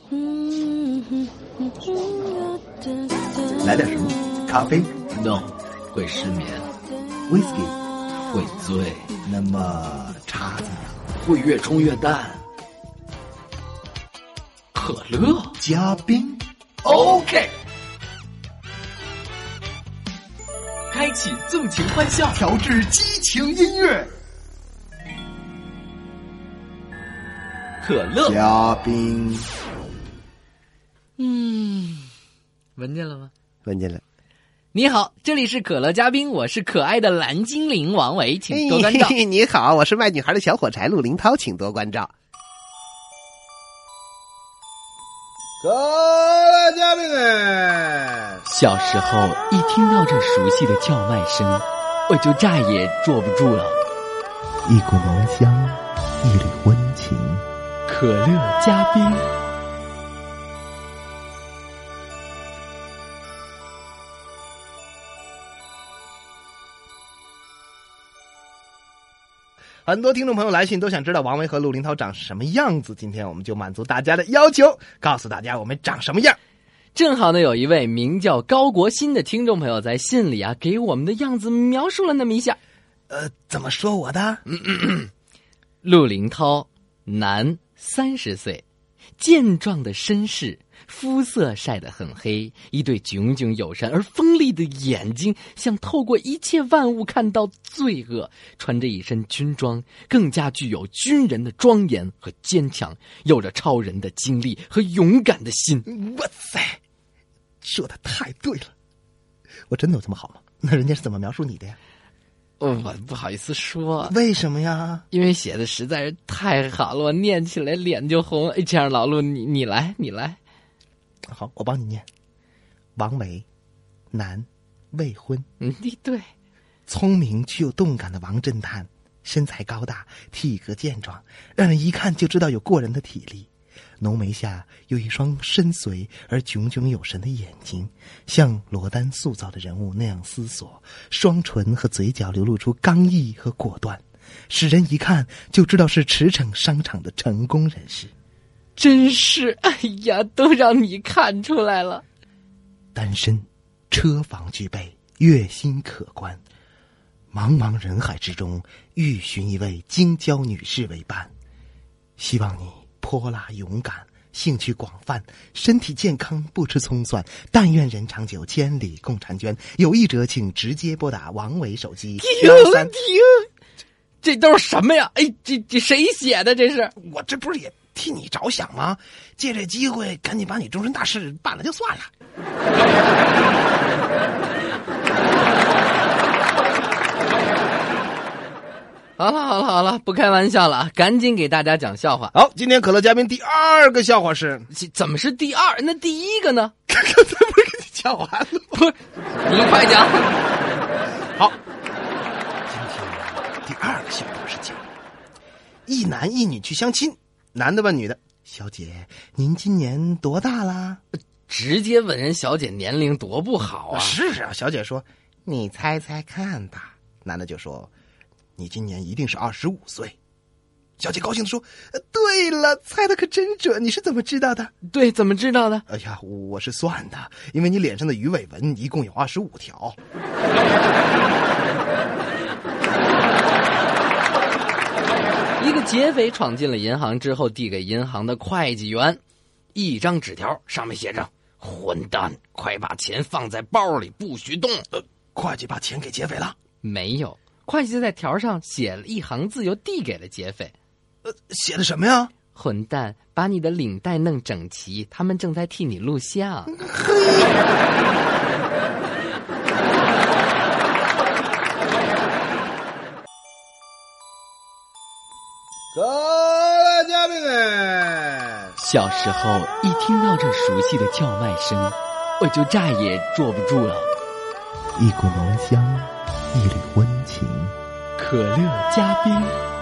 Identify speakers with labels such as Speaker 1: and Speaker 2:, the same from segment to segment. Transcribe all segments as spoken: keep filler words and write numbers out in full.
Speaker 1: 来点什么？咖啡
Speaker 2: ？No， 会失眠。
Speaker 1: Whisky
Speaker 2: 会醉。
Speaker 1: 那么茶怎么样？
Speaker 2: 会越冲越淡。可乐
Speaker 1: 加冰
Speaker 2: ，OK。开启纵情欢笑，
Speaker 1: 调制激情音乐。
Speaker 2: 可乐
Speaker 1: 加冰。
Speaker 2: 嗯，闻见了吗？
Speaker 1: 闻见了。
Speaker 2: 你好，这里是可乐嘉宾，我是可爱的蓝精灵王维，请多关照。
Speaker 1: 嘿嘿你好，我是卖女孩的小火柴陆林涛，请多关照。可乐嘉宾哎，
Speaker 2: 小时候一听到这熟悉的叫卖声，我就再也坐不住了。
Speaker 1: 一股浓香，一缕温情。
Speaker 2: 可乐嘉宾。
Speaker 1: 很多听众朋友来信都想知道王维和陆林涛长什么样子，今天我们就满足大家的要求，告诉大家我们长什么样。
Speaker 2: 正好呢，有一位名叫高国新的听众朋友在信里啊，给我们的样子描述了那么一下。
Speaker 1: 呃，怎么说我的？
Speaker 2: 嗯嗯嗯、陆林涛，男，三十岁，健壮的身世，肤色晒得很黑，一对炯炯有神而锋利的眼睛，像透过一切万物看到罪恶，穿着一身军装，更加具有军人的庄严和坚强，有着超人的精力和勇敢的心。
Speaker 1: 哇塞，说的太对了，我真的有这么好吗？那人家是怎么描述你的呀？
Speaker 2: 我不好意思说。
Speaker 1: 为什么呀？
Speaker 2: 因为写的实在是太好了，我念起来脸就红。哎，这样老陆，你你来，你来。
Speaker 1: 好，我帮你念。王维，男，未婚。
Speaker 2: 嗯，对。
Speaker 1: 聪明具有动感的王侦探，身材高大，体格健壮，让人一看就知道有过人的体力。浓眉下有一双深邃而炯炯有神的眼睛，像罗丹塑造的人物那样思索，双唇和嘴角流露出刚毅和果断，使人一看就知道是驰骋商场的成功人士。
Speaker 2: 真是，哎呀，都让你看出来了。
Speaker 1: 单身，车房具备，月薪可观，茫茫人海之中欲寻一位京郊女士为伴，希望你泼辣勇敢，兴趣广泛，身体健康，不吃葱蒜，但愿人长久，千里共婵娟。有意者请直接拨打王维手机
Speaker 2: 停停，这都是什么呀？哎，这这谁写的？这是
Speaker 1: 我这不是也替你着想吗？借这机会赶紧把你终身大事办了就算了。
Speaker 2: 好了好了好了，不开玩笑了，赶紧给大家讲笑话。
Speaker 1: 好，今天可乐嘉宾第二个笑话是，
Speaker 2: 怎么是第二？那第一个呢？
Speaker 1: 刚才不是给你讲完了吗？
Speaker 2: 不是，你快讲。
Speaker 1: 好，今天第二个笑话是讲一男一女去相亲，男的问女的：“小姐，您今年多大啦？”
Speaker 2: 直接问人小姐年龄多不好啊！
Speaker 1: 是啊，小姐说：“你猜猜看吧。”男的就说：“你今年一定是二十五岁。”小姐高兴地说：“对了，猜的可真准，你是怎么知道的？”
Speaker 2: 对，怎么知道的？
Speaker 1: 哎呀，我是算的，因为你脸上的鱼尾纹一共有二十五条。
Speaker 2: 一个劫匪闯进了银行之后，递给银行的会计员一张纸条，上面写着：“混蛋，快把钱放在包里，不许动。”
Speaker 1: 呃，会计把钱给劫匪了？
Speaker 2: 没有，会计在条上写了一行字，又递给了劫匪。
Speaker 1: 呃，写的什么呀？
Speaker 2: 混蛋，把你的领带弄整齐，他们正在替你录像。
Speaker 1: 可乐嘉宾哎，
Speaker 2: 小时候一听到这熟悉的叫卖声，我就再也坐不住了。
Speaker 1: 一股浓香，一缕温情。
Speaker 2: 可乐嘉宾。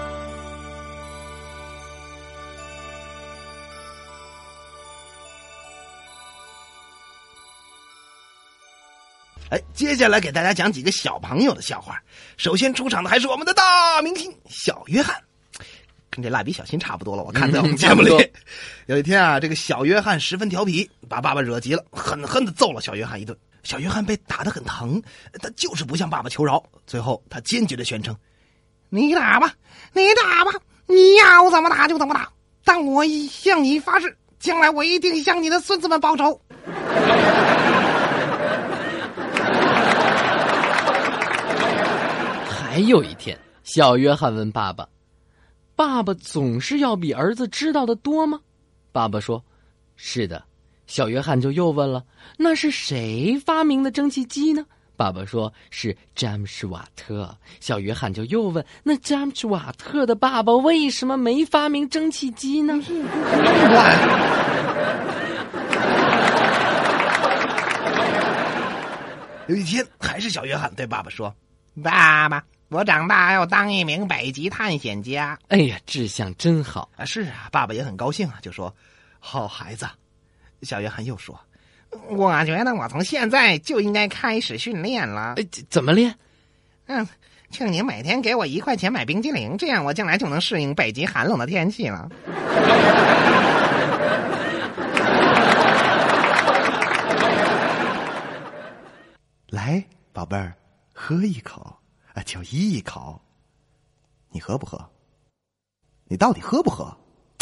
Speaker 1: 哎，接下来给大家讲几个小朋友的笑话。首先出场的还是我们的大明星小约翰。 跟这蜡笔小新差不多了。我看在我们节目里，嗯、有一天啊，这个小约翰十分调皮，把爸爸惹急了，狠狠地揍了小约翰一顿。小约翰被打得很疼，他就是不向爸爸求饶。最后，他坚决地宣称：“你打吧，你打吧，你要怎么打就怎么打。但我向你发誓，将来我一定向你的孙子们报仇。”
Speaker 2: 还有一天，小约翰问爸爸：“爸爸总是要比儿子知道的多吗？”爸爸说：“是的。”小约翰就又问了：“那是谁发明的蒸汽机呢？”爸爸说：“是詹姆斯·瓦特。”小约翰就又问：“那詹姆斯·瓦特的爸爸为什么没发明蒸汽机呢？”
Speaker 1: 有一天，还是小约翰对爸爸说：“爸爸，我长大要当一名北极探险家。”
Speaker 2: 哎呀，志向真好
Speaker 1: 啊！是啊，爸爸也很高兴啊，就说：“好孩子。”小约翰又说：“我觉得我从现在就应该开始训练了。”
Speaker 2: 哎，怎么练？
Speaker 1: 嗯，请您每天给我一块钱买冰激凌，这样我将来就能适应北极寒冷的天气了。来，宝贝儿，喝一口啊，就一口。你喝不喝？你到底喝不喝？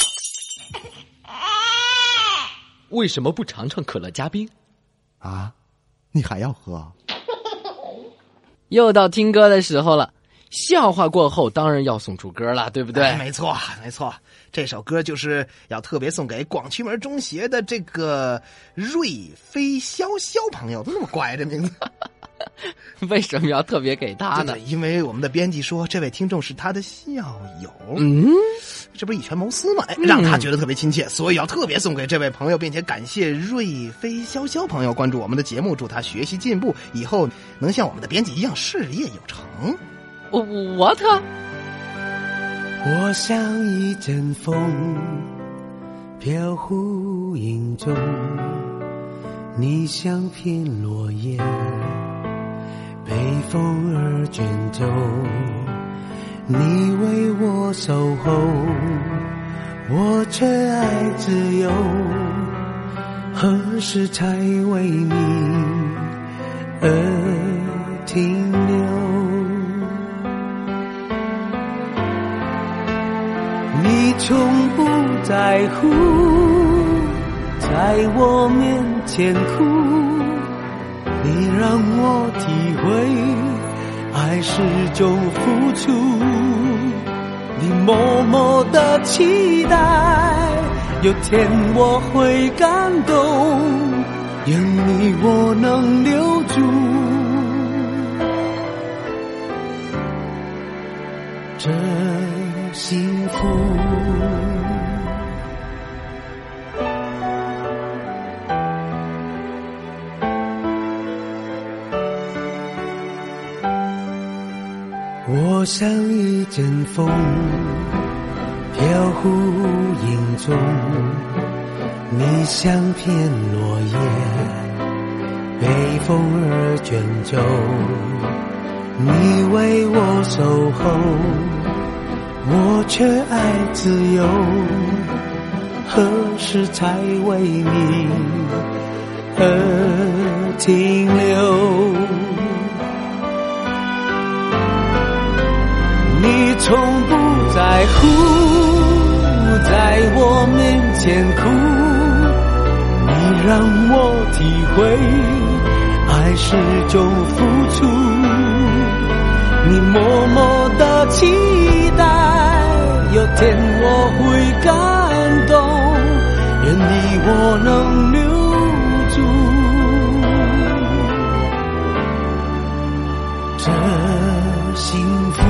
Speaker 2: 为什么不尝尝可乐加冰？
Speaker 1: 啊，你还要喝？
Speaker 2: 又到听歌的时候了。笑话过后当然要送出歌了，对不对？
Speaker 1: 哎、没错没错，这首歌就是要特别送给广渠门中学的这个瑞飞潇潇朋友，都那么乖这名字。
Speaker 2: 为什么要特别给他呢？
Speaker 1: 因为我们的编辑说这位听众是他的校友，
Speaker 2: 嗯，
Speaker 1: 这不是以权谋私吗？哎，让他觉得特别亲切，所以要特别送给这位朋友，并且感谢瑞飞潇潇朋友关注我们的节目，祝他学习进步，以后能像我们的编辑一样事业有成。
Speaker 2: 我我特，
Speaker 3: 我像一阵风，飘忽影中，你像片落叶，被风儿卷走，你为我守候，我却爱自由，何时才为你而停留？你从不在乎，在我面前哭，你让我体会爱是种付出，你默默的期待，有天我会感动，愿你我能留住这幸福。我像一阵风，飘忽影中，你像片落叶，被风儿卷走，你为我守候，我却爱自由，何时才为你而停留？你从不在乎，在我面前哭，你让我体会爱是种付出，你默默的期待，有天我会感动，愿你我能留住这幸福。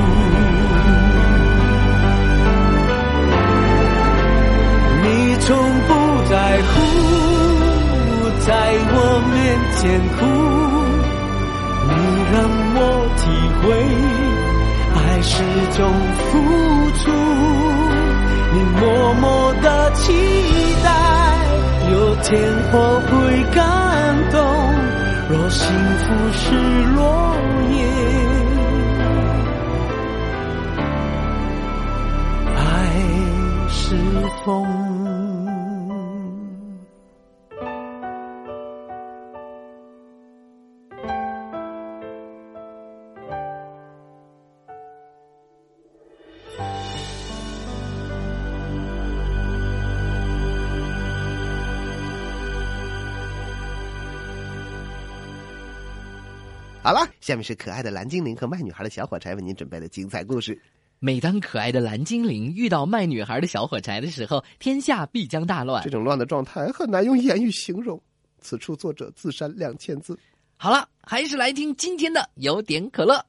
Speaker 3: 你从不在乎，在我面前哭，你让我体会爱是种付出，你默默的期待，有天我会感动，若幸福是落叶，爱痛。
Speaker 4: 好了，下面是可爱的蓝精灵和卖女孩的小火柴为您准备的精彩故事。
Speaker 2: 每当可爱的蓝精灵遇到卖女孩的小火柴的时候，天下必将大乱。
Speaker 4: 这种乱的状态很难用言语形容，此处作者自删两千字。
Speaker 2: 好了，还是来听今天的有点可乐。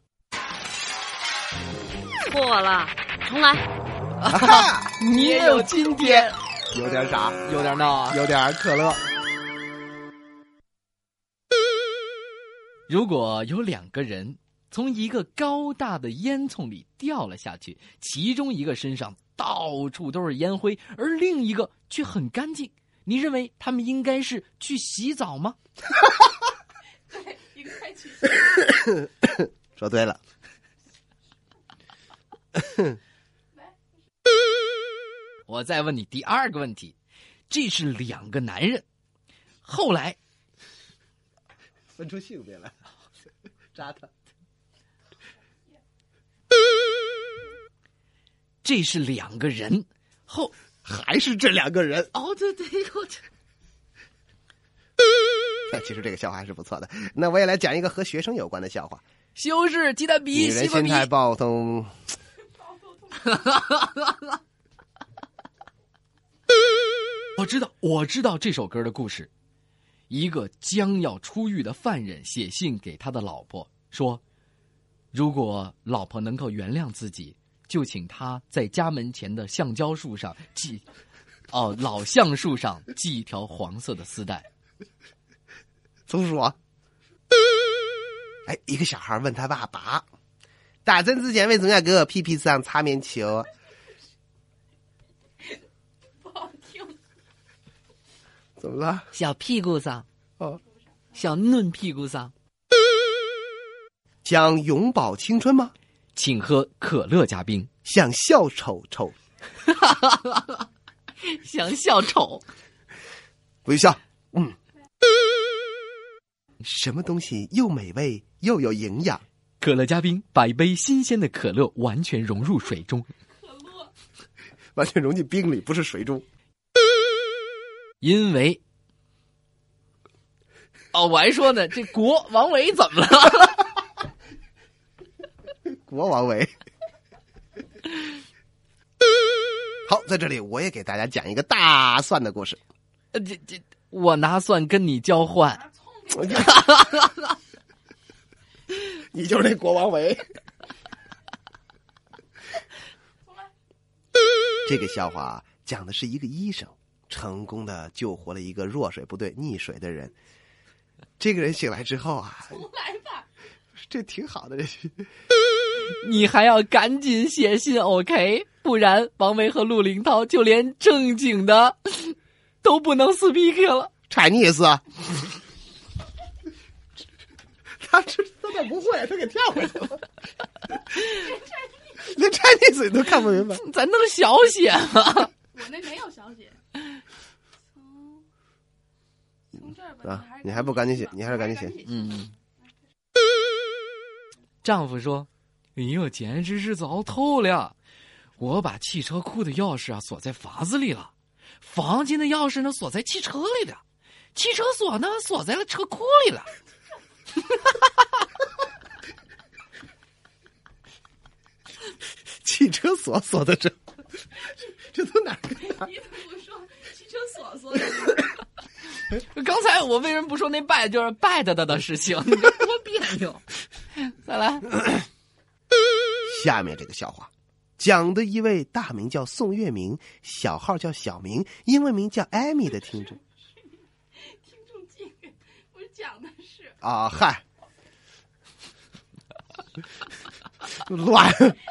Speaker 5: 错了，重来。
Speaker 4: 啊、
Speaker 2: 你也有今天，
Speaker 4: 有点傻，
Speaker 2: 有点闹啊，
Speaker 4: 有点可乐。
Speaker 2: 如果有两个人从一个高大的烟囱里掉了下去，其中一个身上到处都是烟灰，而另一个却很干净，你认为他们应该是去洗澡吗？
Speaker 5: 对，应该去洗
Speaker 4: 澡。说对了。
Speaker 2: 我再问你第二个问题，这是两个男人，后来
Speaker 4: 分出性别来，扎他。
Speaker 2: 这是两个人，后
Speaker 4: 还是这两个人。
Speaker 2: 哦，对对，我这。
Speaker 4: 其实这个笑话还是不错的。那我也来讲一个和学生有关的笑话。
Speaker 2: 修饰鸡蛋皮，
Speaker 4: 女人心态暴动。
Speaker 2: 我知道，我知道这首歌的故事。一个将要出狱的犯人写信给他的老婆，说如果老婆能够原谅自己，就请他在家门前的橡胶树上系哦老橡树上系一条黄色的丝带。
Speaker 4: 松鼠啊。哎，一个小孩问他爸爸，打针之前为什么要给我屁屁上擦棉球？
Speaker 5: 不好听。
Speaker 4: 怎么了？
Speaker 2: 小屁股上，
Speaker 4: 哦，
Speaker 2: 小嫩屁股上。
Speaker 4: 想永葆青春吗？
Speaker 2: 请喝可乐加冰。
Speaker 4: 想笑丑丑？
Speaker 2: 想笑丑？
Speaker 4: 微笑。嗯。什么东西又美味又有营养？
Speaker 2: 可乐加冰，把一杯新鲜的可乐完全融入水中。
Speaker 5: 可乐
Speaker 4: 完全融进冰里，不是水中。
Speaker 2: 因为哦，我还说呢，这国王维怎么了？
Speaker 4: 国王维。好，在这里我也给大家讲一个大蒜的故事。
Speaker 2: 呃，这这，我拿蒜跟你交换。
Speaker 4: 你就是那国王维。这个笑话讲的是一个医生成功的救活了一个弱水不对溺水的人。这个人醒来之后啊，
Speaker 5: 重来吧，
Speaker 4: 这挺好的。这
Speaker 2: 你还要赶紧写信 OK， 不然王维和陆林涛就连正经的都不能死 P K 了。
Speaker 4: Chinese 啊。他这他咋不会？他给跳回去了。连 Chinese 都看不明白，
Speaker 2: 咱弄小写吗？
Speaker 5: 我那没有小写。从从这儿吧。
Speaker 4: 啊，你还不赶紧写？你还是赶紧写。
Speaker 2: 嗯。丈夫说：“哎呦，简直是糟透了！我把汽车库的钥匙啊锁在房子里了，房间的钥匙呢锁在汽车里了，汽车锁呢锁在了车库里了。”
Speaker 4: 汽车锁锁的这，这都哪个？
Speaker 5: 你怎么说汽车锁锁的？
Speaker 2: 刚才我为什么不说那 bad 就是 bad 的的事情？你这多别扭！再来。
Speaker 4: 下面这个笑话，讲的一位大名叫宋月明，小号叫小明，英文名叫艾米的听众。
Speaker 5: 听众这个，我讲的是
Speaker 4: 啊，嗨，乱，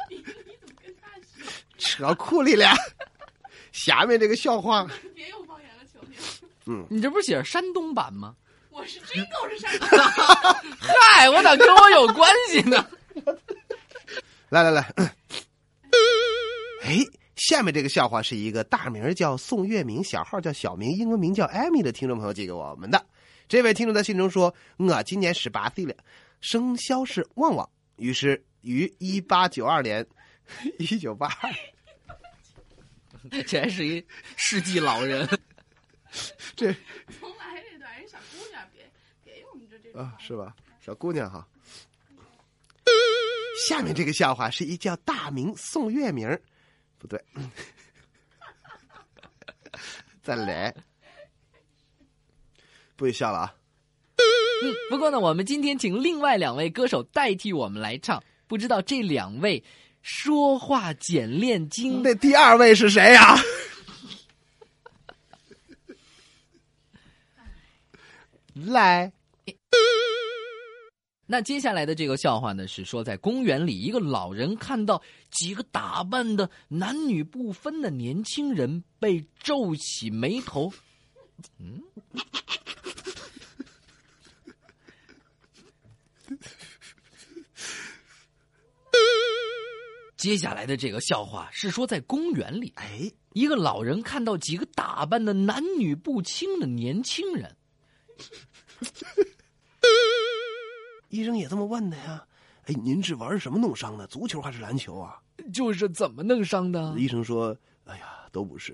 Speaker 4: 扯裤里了。下面这个笑话，
Speaker 5: 别用方言了，求你。
Speaker 2: 嗯，你这不是写着山东版吗？
Speaker 5: 我是真够是山东版。
Speaker 2: 嗨，我咋跟我有关系呢？
Speaker 4: 来来来，哎， 下面这个笑话是一个大名叫宋月明，小号叫小明，英文名叫艾米的听众朋友寄给我们的。这位听众在信中说：“我今年十八岁了，生肖是旺旺，于是于一八九二年，一九八二，
Speaker 2: 这还是一世纪老人。
Speaker 4: 这
Speaker 5: 从来这段人小姑娘别别用这这种
Speaker 4: 啊，是吧？小姑娘哈。下面这个笑话是一叫大明宋月明，不对，再来。”不许笑了啊！
Speaker 2: 嗯，不过呢，我们今天请另外两位歌手代替我们来唱，不知道这两位说话简练精，
Speaker 4: 那第二位是谁呀、啊？来，
Speaker 2: 那接下来的这个笑话呢，是说在公园里，一个老人看到几个打扮的男女不分的年轻人被皱起眉头，嗯。接下来的这个笑话是说，在公园里，
Speaker 4: 哎，
Speaker 2: 一个老人看到几个打扮的男女不清的年轻人。
Speaker 4: 医生也这么问的呀？哎，您是玩什么弄伤的？足球还是篮球啊？
Speaker 2: 就是怎么弄伤的？
Speaker 4: 医生说：“哎呀，都不是。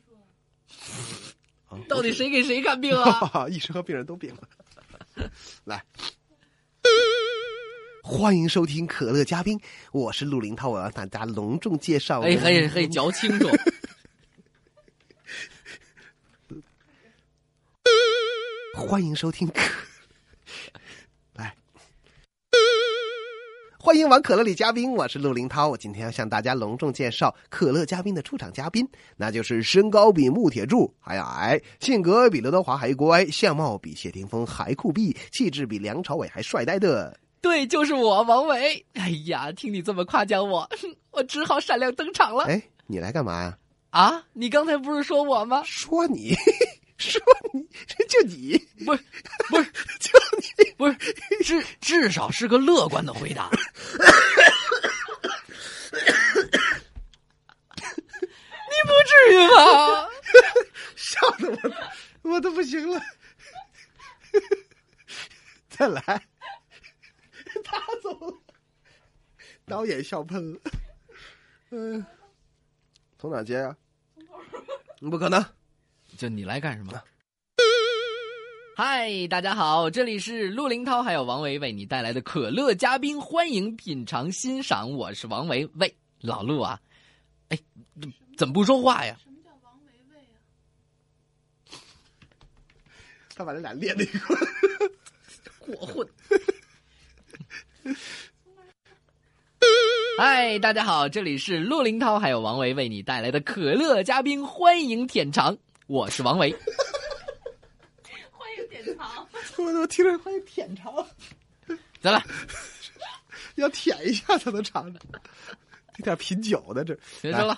Speaker 4: 啊”
Speaker 2: 到底谁给谁看病啊？
Speaker 4: 医生和病人都病了。来。欢迎收听可乐嘉宾，我是陆林涛，我要大家隆重介绍。
Speaker 2: 哎，嘿嘿，嚼清楚。
Speaker 4: 欢迎收听可，来，欢迎往可乐里嘉宾，我是陆林涛，我今天要向大家隆重介绍可乐嘉宾的出场嘉宾，那就是身高比穆铁柱还矮，性格比刘德华还乖，相貌比谢霆锋还酷毙，气质比梁朝伟还帅呆的。
Speaker 2: 对，就是我，王维。哎呀，听你这么夸奖我，我只好闪亮登场了。
Speaker 4: 哎，你来干嘛呀？
Speaker 2: 啊，你刚才不是说我吗？
Speaker 4: 说你，说你，就你，
Speaker 2: 不是，不是，
Speaker 4: 就你，
Speaker 2: 不是，至至少是个乐观的回答。你不至于吧？
Speaker 4: 笑得我，我都不行了。再来。他走了，导演笑喷了。嗯、呃，从哪接啊？不可能，
Speaker 2: 就你来干什么？嗨，大家好，这里是陆林涛还有王维为你带来的可乐嘉宾，欢迎品尝欣赏，我是王维。喂，老陆啊，哎，怎么不说话呀？
Speaker 5: 什么叫王维维啊？
Speaker 4: 他把这俩连了一块，
Speaker 2: 过混。嗨，大家好，这里是陆林涛还有王维为你带来的可乐嘉宾，欢迎舔尝，我是王维。
Speaker 5: 欢迎舔尝，
Speaker 4: 我都听着欢迎舔尝，
Speaker 2: 咋了？
Speaker 4: 要舔一下才能尝着，有点品酒的这。
Speaker 2: 别说了。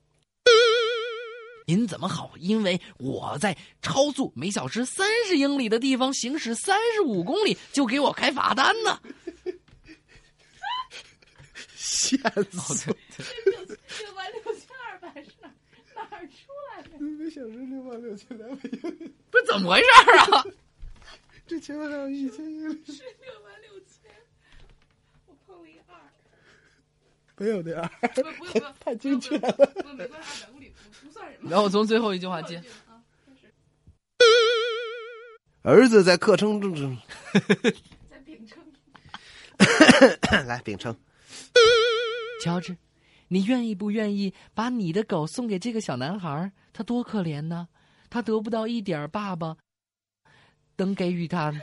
Speaker 2: 您怎么好？因为我在超速每小时三十英里的地方行驶三十五公里，就给我开罚单呢？
Speaker 4: 限速
Speaker 5: 六万六千二百是哪哪儿出来的？
Speaker 4: 每小时六万六千两百英里，
Speaker 2: 不是怎么回事啊？
Speaker 4: 这前面还有一千英里，
Speaker 5: 是六万六千，我碰了一二，
Speaker 4: 没有那二，
Speaker 5: 不不不，
Speaker 4: 太精确了。
Speaker 5: 不没关系，二百公里不不算什么。
Speaker 2: 然后从最后一句话接。
Speaker 5: 啊，开始。
Speaker 4: 儿子在客称中，
Speaker 5: 在秉承。
Speaker 4: 来秉承。
Speaker 2: 乔治，你愿意不愿意把你的狗送给这个小男孩？他多可怜呢，他得不到一点爸爸能给予他，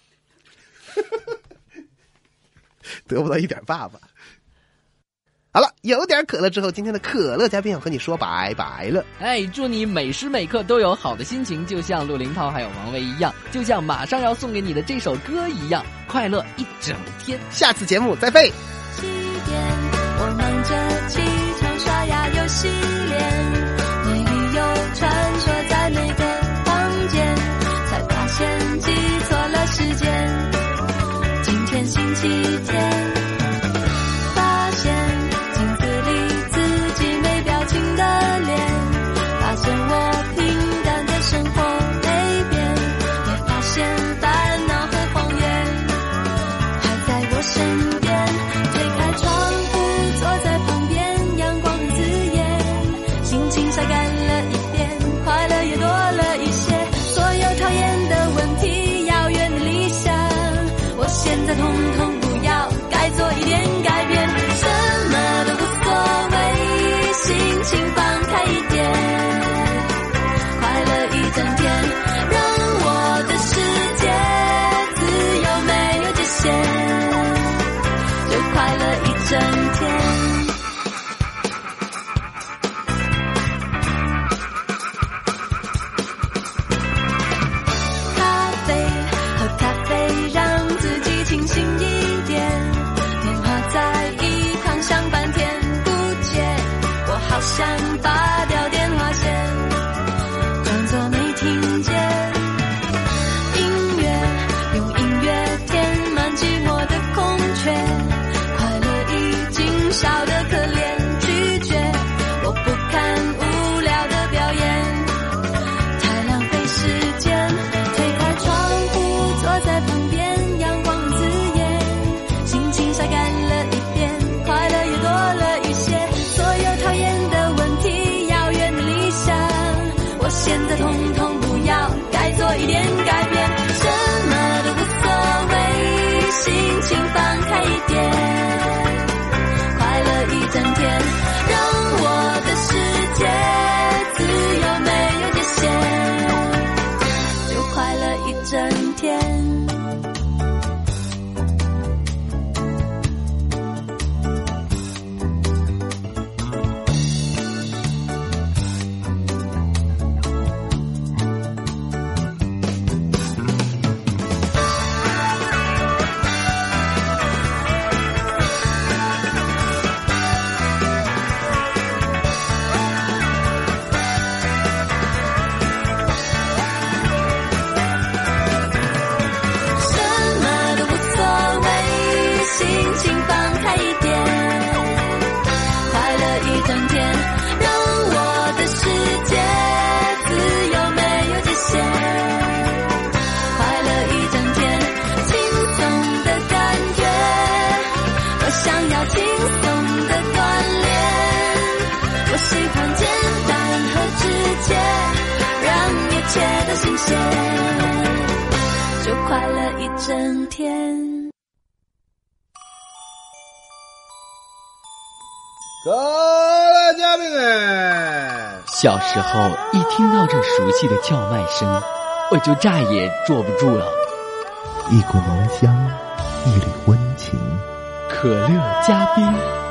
Speaker 4: 得不到一点爸爸。好了，有点渴了之后，今天的可乐嘉宾要和你说拜拜了。
Speaker 2: 哎，祝你每时每刻都有好的心情，就像陆林涛还有王维一样，就像马上要送给你的这首歌一样，快乐一整天。
Speaker 4: 下次节目再会。
Speaker 6: 七点，我忙着起床刷牙又洗脸，美丽又穿梭在每个房间，才发现记错了时间。今天星期天，发现镜子里自己没表情的看，拔掉电话线，装作没听见。音乐用音乐填满寂寞的空缺，快乐已经少得可怜，拒绝我不看无聊的表演，太浪费时间。推开窗户，坐在旁边，阳光很刺眼，心情晒干了一遍，快乐也多了一些。所有讨厌的问题，遥远的理想，我现在统统不要，该做一点改变，什么都无所谓，心情放开一点，快乐一整天，让我的世界自由没有界限，就快乐一整天。就快乐一整天。
Speaker 4: 各位嘉宾哎，
Speaker 2: 小时候一听到这熟悉的叫卖声，我就再也坐不住了。
Speaker 1: 一股浓香，一缕温情，
Speaker 2: 可乐加冰。